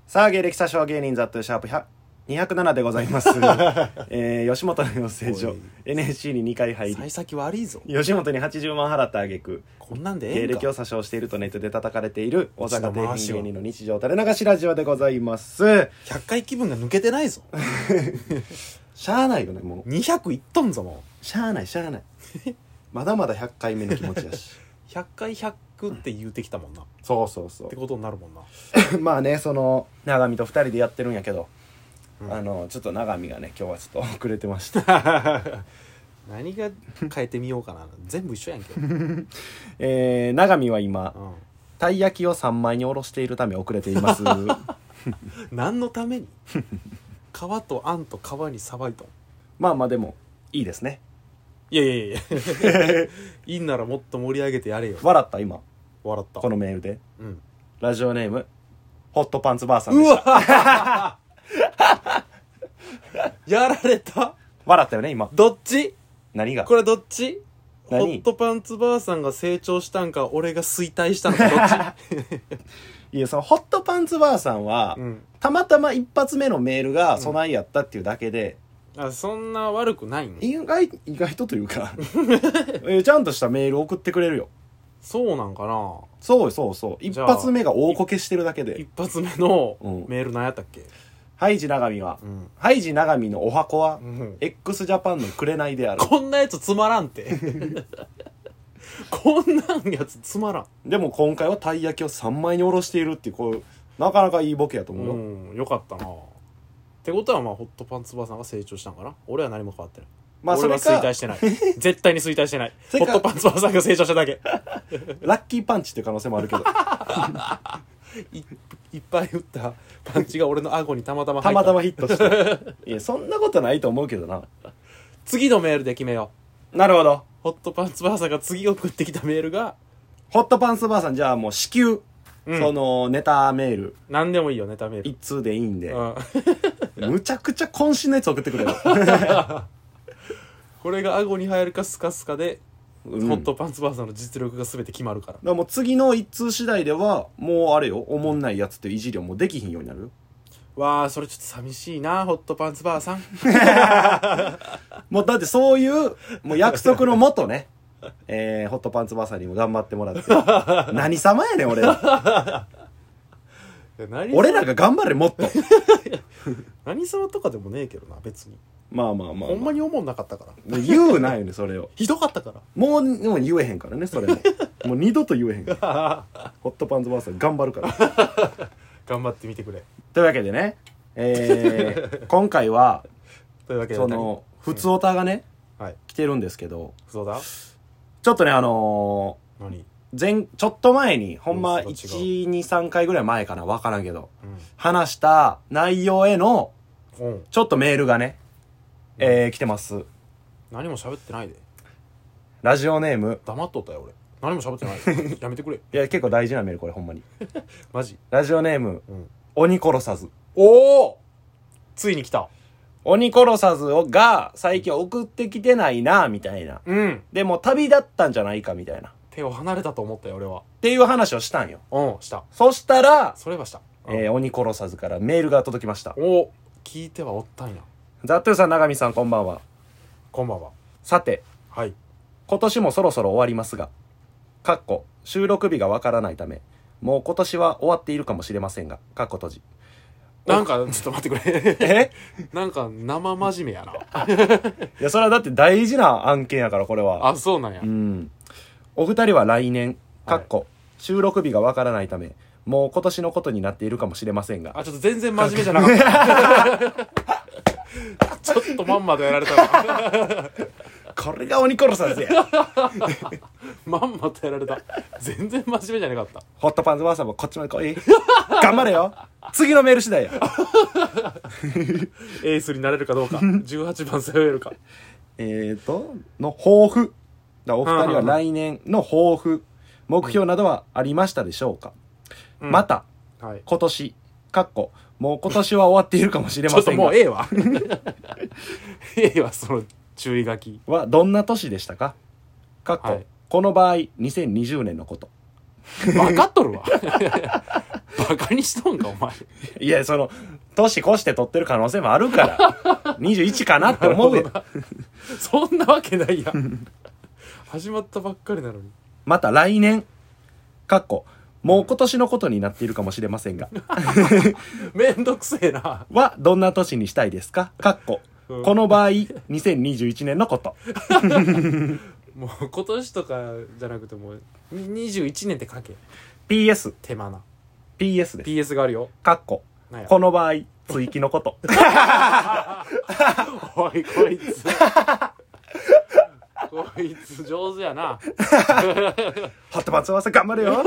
さあ芸歴詐称芸人ザットシャープ207でございます、吉本の養成所 NSC に2回入り幸先悪いぞ。 吉本に80万払った挙句こんなんでええんか。 芸歴を詐称しているとネットで叩かれている大阪底辺芸人の日常垂れ流しラジオでございます。 100回気分が抜けてないぞ。 しゃあないよね、もう 200いっとんぞもしゃあないまだまだ100回目の気持ちやしう。100回100って言うてきたもんな。っそうそうそうてことになるもんな。 まあね、その長見と2人でやってるんやけど、 うん、 ちょっと長見がね今日はちょっと遅れてました何が変えてみようかな。全部一緒やんけ。 長見は今うん、 たい焼きを3枚におろしているため遅れています何のために皮とあんと皮にさばいとん。 まあまあでもいいですね。 いやいいんならもっと盛り上げてやれよ。 笑った今笑った。 このメールで。 うん、 ラジオネームホットパンツばあさんでした。 やられた。 笑ったよね今。 どっち何がこれどっち。ホ何ットパンツばあさんが成長したんか俺が衰退したのかどっいや、そのホットパンツばあさんは、 ち、うん、 たまたま一発目のメールが備えやったっていうだけで、 あ、そんな悪くないの。 意外とというかちゃんとしたメール送ってくれるよ。 そうなんかな。 そう一じゃあ発目が大こけしてるだけで。 一発目のうんメール何やったっけ。 ハイジ長見は、 うんハイジ長見のお箱は、 うん、 x ジャパンの紅である。 こんなやつつまらんてこんなんやつつまらん。 でも今回はたい焼きを3枚におろしているっていう、こうなかなかいいボケやと思うよ。 うん、よかったな。ってことはまあホットパンツばあさんが成長したんかな。俺は何も変わってない。 まあそ俺はれか衰退してない絶対に衰退してない。 それかホットパンツばあさんが成長しただけラッキーパンチっていう可能性もあるけどいっぱい打ったパンチが俺の顎にたまたまた入ったまたまヒットしたいや、そんなことないと思うけどな。 次のメールで決めよなるほど。 う。ホットパンツばあさんが次送ってきたメールが、 ホットパンツばあさん、じゃあもう至急、 うん、 そのネタメール何でもいいよネタメール。 一通でいいんで、 うん、 むちゃくちゃ渾身のやつ送ってくれよこれが顎に入るかスカスカで、 うん、 ホットパンツばあさんの実力が全て決まるから。 だからもう次の一通次第ではもうあれよ、おもんないやつっていじりはもうできひんようになるよ。 わあ、それちょっと寂しいな、ホットパンツばあさんもうだってそういうもう約束のもとねホットパンツばあさんにも頑張ってもらって何様やねん俺ら俺らが頑張れもっと何様とかでもねえけどな別に。 まあ、 ほんまに思んなかったから言うなよねそれを。 ひどかったからもう言えへんからねそれももう二度と言えへんホットパンツばあさん頑張るから頑張ってみてくれ。 というわけでね、今回はというわけでそのふつおたがね、 はい、 来てるんですけど、 そうだ。 ちょっとね何ちょっと前にほんまうん、 1,2,3 回ぐらい前かな、分からんけど、 う話した内容へのん、うん、 ちょっとメールがね、来てます。 何も喋ってないで。 ラジオネーム、 黙っとったよ俺。何も喋ってないやめてくれ。 いや結構大事なメールこれほんまにマジ。 ラジオネーム、 うん、 鬼殺さず。 おお、ついに来た。 鬼殺さずが最近送ってきてないなみたいな、 うん、 でも旅立ったんじゃないかみたいなっ手を離れたと思ったよ俺は。 ていう話をしたんよ。 うん、した。 そしたら、 それはした。 鬼殺さずからメールが届きました。 お、聞いてはおったんや。 ザットゥーさん、長見さん、こんばんは。 こんばんは。 さて、 はい。 今年もそろそろ終わりますが、収録日がわからないため、もう今年は終わっているかもしれませんが、閉じ。 なんかちょっと待ってくれえなんか生真面目やな。 いや、それはだって大事な案件やから、これは。 あ、そうなんや。 うん。お二人は来年、 はい、 収録日がわからないため、もう今年のことになっているかもしれませんが。 あ、ちょっと全然真面目じゃなかったちょっとまんまとやられたわこれが鬼殺さずやまんまとやられた。全然真面目じゃなかった。 ホットパンツばあさんもこっちまで来い頑張れよ。次のメール次第やエースになれるかどうか18番背負えるかの抱負だ。お二人は来年の抱負、目標などはありましたでしょうか、 うん、 また、 はい、 今年もう今年は終わっているかもしれませんがちょっともうええわええわその注意書きはどんな年でしたか、 はい、 この場合2020年のこと分かっとるわバカにしとんかお前。 いや、その、年越して取ってる可能性もあるから、21かなって思うよ。 そんなわけないやん。始まったばっかりなのに。 また来年、もう今年のことになっているかもしれませんが。 めんどくせえな。 は、どんな年にしたいですかうんこの場合、2021年のこと。 もう今年とかじゃなくてもう21年って書け。 PS、 手間な。 PS です。 PS があるよ。なんやこの場合、追記のこと。 おいこいつこいつ上手やな。 ホットパンツ合わせ頑張れよ。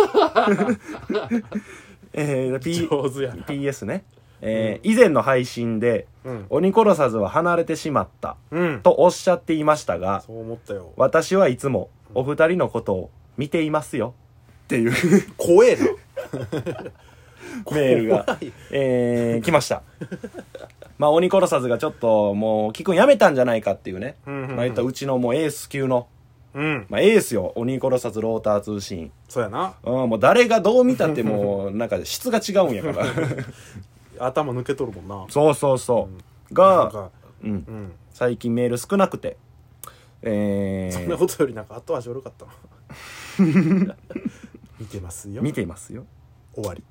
上手やな。 PS ね。以前の配信で、鬼殺さずは離れてしまったとおっしゃっていましたが、 そう思ったよ。 私はいつもお二人のことを見ていますよっていう怖えな。 メールが、来ました。まあ鬼殺さずがちょっともう聞くんやめたんじゃないかっていうね、まあ言ったうちのもうエース級の、まあエースよ、鬼殺さずローター通信。 そうやな。 もう誰がどう見たってもうなんか質が違うんやから。 頭抜けとるもんな。 そうそうそう、が、最近メール少なくて、 そんなことよりなんか後味悪かったな。見てますよ。 見ていますよ。 終わり。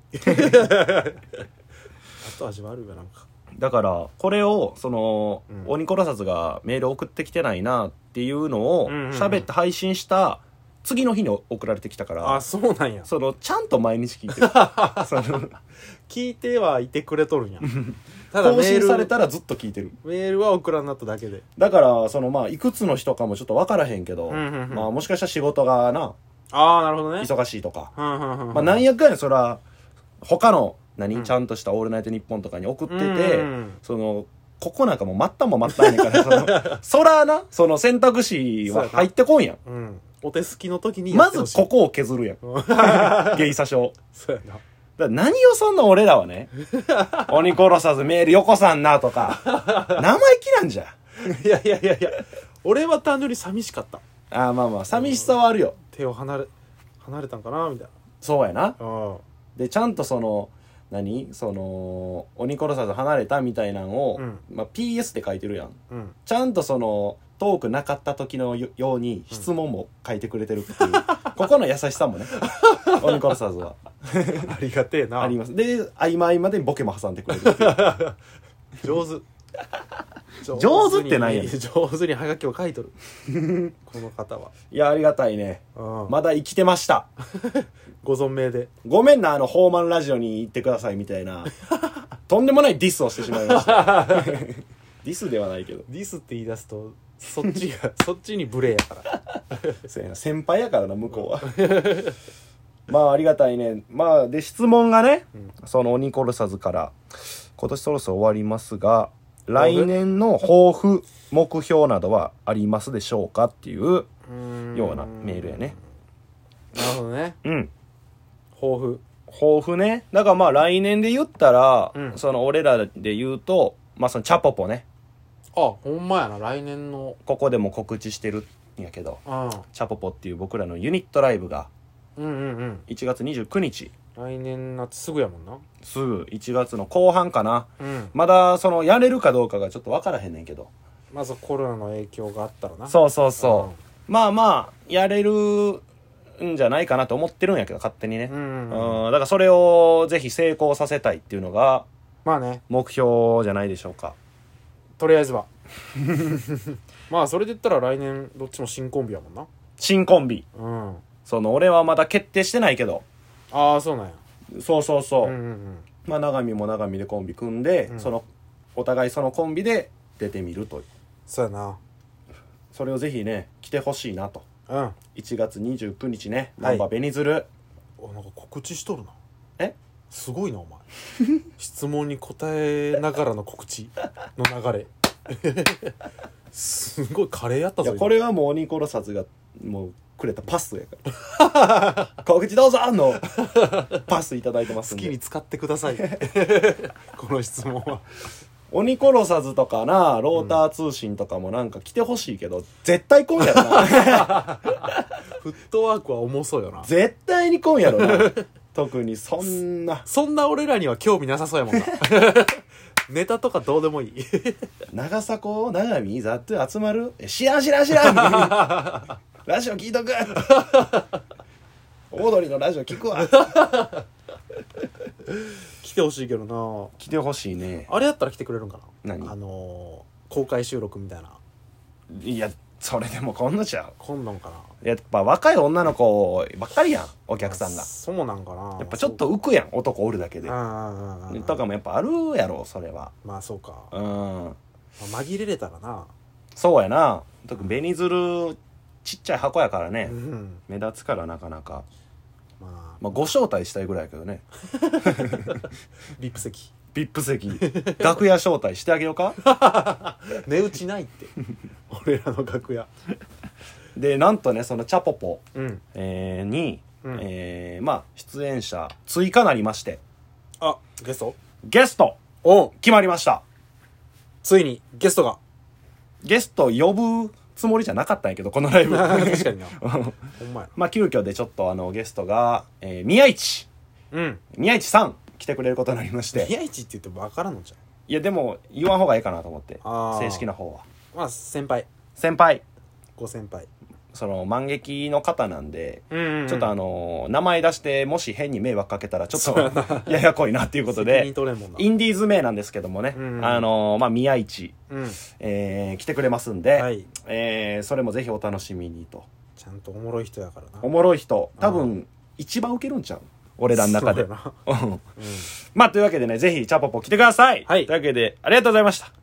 後味悪いわなんか。 だからこれをその、鬼殺さずがメール送ってきてないなっていうのを喋って配信した次の日に送られてきたから、 あ、そうなんや。 そのちゃんと毎日聞いてる。その聞いてはいてくれとるんや。た更新されたらずっと聞いてる。 メールは送らんなっただけで。 だからそのまあいくつの人かもちょっと分からへんけど、まあもしかしたら仕事がな、 ああなるほどね。 忙しいとか、 ままあなんやかんやそら他のちゃんとしたオールナイトニッポンとかに送ってて、そのここなんかもう待ったも待ったんやからそらな、その選択肢は入ってこんやん。 お手すきの時にまずここを削るやん。ゲイサ賞。 そうやな。 だから何をそんな俺らはね、鬼殺さずメールよこさんなとか、生意気なんじゃ。 いやいやいやいや、俺は単純に寂しかった。 ああまあまあ、寂しさはあるよ。 手を離れたんかなみたいな。 そうやな。 あで、ちゃんとその、その、鬼殺さず離れたみたいなんを、まあ PS って書いてるやん。ちゃんとその、トークなかった時のように質問も書いてくれてるっていう、ここの優しさもね、鬼殺さずは。 ありがてえな。 あります。で、合間合間でボケも挟んでくれるっていう。 上手。 上手ってないやん。 上手にハガキを書いとる。この方は。 いや、ありがたいね。まだ生きてました。 ご存命で。 ごめんな、ホーマンラジオに行ってくださいみたいな。とんでもないディスをしてしまいました。ディスではないけど。 ディスって言い出すと、そっちに無礼やから。 そうやな、先輩やからな、向こうは。まあ、ありがたいね。まあ、で、質問がね、その鬼殺さずから、今年そろそろ終わりますが、来年の抱負、目標などはありますでしょうかっていうようなメールやね。 なるほどね。 抱負ね。だからまあ来年で言ったら、その俺らで言うと、まあそのチャポポね。 あ、ほんまやな、来年の。 ここでも告知してるんやけど、チャポポっていう僕らのユニットライブが、1月29日。 来年夏すぐやもんな。 すぐ1月の後半かな、まだそのやれるかどうかがちょっと分からへんねんけど、 まずコロナの影響があったらな。 そうそうそう、まあまあやれるんじゃないかなと思ってるんやけど、勝手にね、だからそれをぜひ成功させたいっていうのがまあね、 目標じゃないでしょうか。 とりあえずは。まあそれで言ったら来年どっちも新コンビやもんな。 新コンビ、その俺はまだ決定してないけど、 ああそうなんや。 そうそうそう、まあ永見も永見でコンビ組んで、そのお互いそのコンビで出てみるという。 そうやな。 それをぜひね来てほしいなと。1月29日ね、 はい、 ナンバベニズル。 なんか告知しとるな。 え、 すごいなお前。質問に答えながらの告知の流れ。すごいカレーやったぞ。 いやこれはもう鬼殺さずがもうくれたパスやから。告知どうぞのパスいただいてますんで、 好きに使ってください。この質問は。 鬼殺さずとかな、ローター通信とかもなんか来てほしいけど、絶対来んやろな。 フットワークは重そうよな。 絶対に来んやろな。 特にそんなそんな俺らには興味なさそうやもんなネタとかどうでもいい長迫長見ざっと集まる知らんラジオ聞いとくオードリーのラジオ聞くわ来てほしいけどな。 来てほしいね。 あれやったら来てくれるんかな。 何公開収録みたいな。 いやそれでもこんなちゃう。 今度かな。 やっぱ若い女の子ばっかりやんお客さんが。 そうなんかな。 やっぱちょっと浮くやん男おるだけでとかもやっぱあるやろそれは。 まあそうか。 うん紛れれたらな。 そうやな。特に紅鶴ちっちゃい箱やからね、 うん、 目立つからなかなか。 まあご招待したいぐらいやけどねビップ席楽屋招待してあげようか値打ちないって俺らの楽屋でなんとねそのチャポポ、 うんに、 うんまあ出演者追加なりまして、 あゲストお決まりました。 ついにゲスト呼ぶつもりじゃなかったんやけどこのライブ確かになほんまや。 まあ急遽でちょっとゲストが、宮市さん来てくれることになりまして。 宮市って言っても分からんのじゃん。 いやでも言わん方がいいかなと思って正式な方は。 まあ先輩ご先輩その満劇の方なんで、 うんうんうん、 ちょっと名前出してもし変に迷惑かけたらちょっとややこいなっていうことでインディーズ名なんですけどもね、うんうん、まあ宮市、うん来てくれますんで、はい、それもぜひお楽しみにと。 ちゃんとおもろい人やからな。 おもろい人多分一番ウケるんちゃう俺らの中でまあというわけでねぜひチャポポ来てください、はい、というわけでありがとうございました。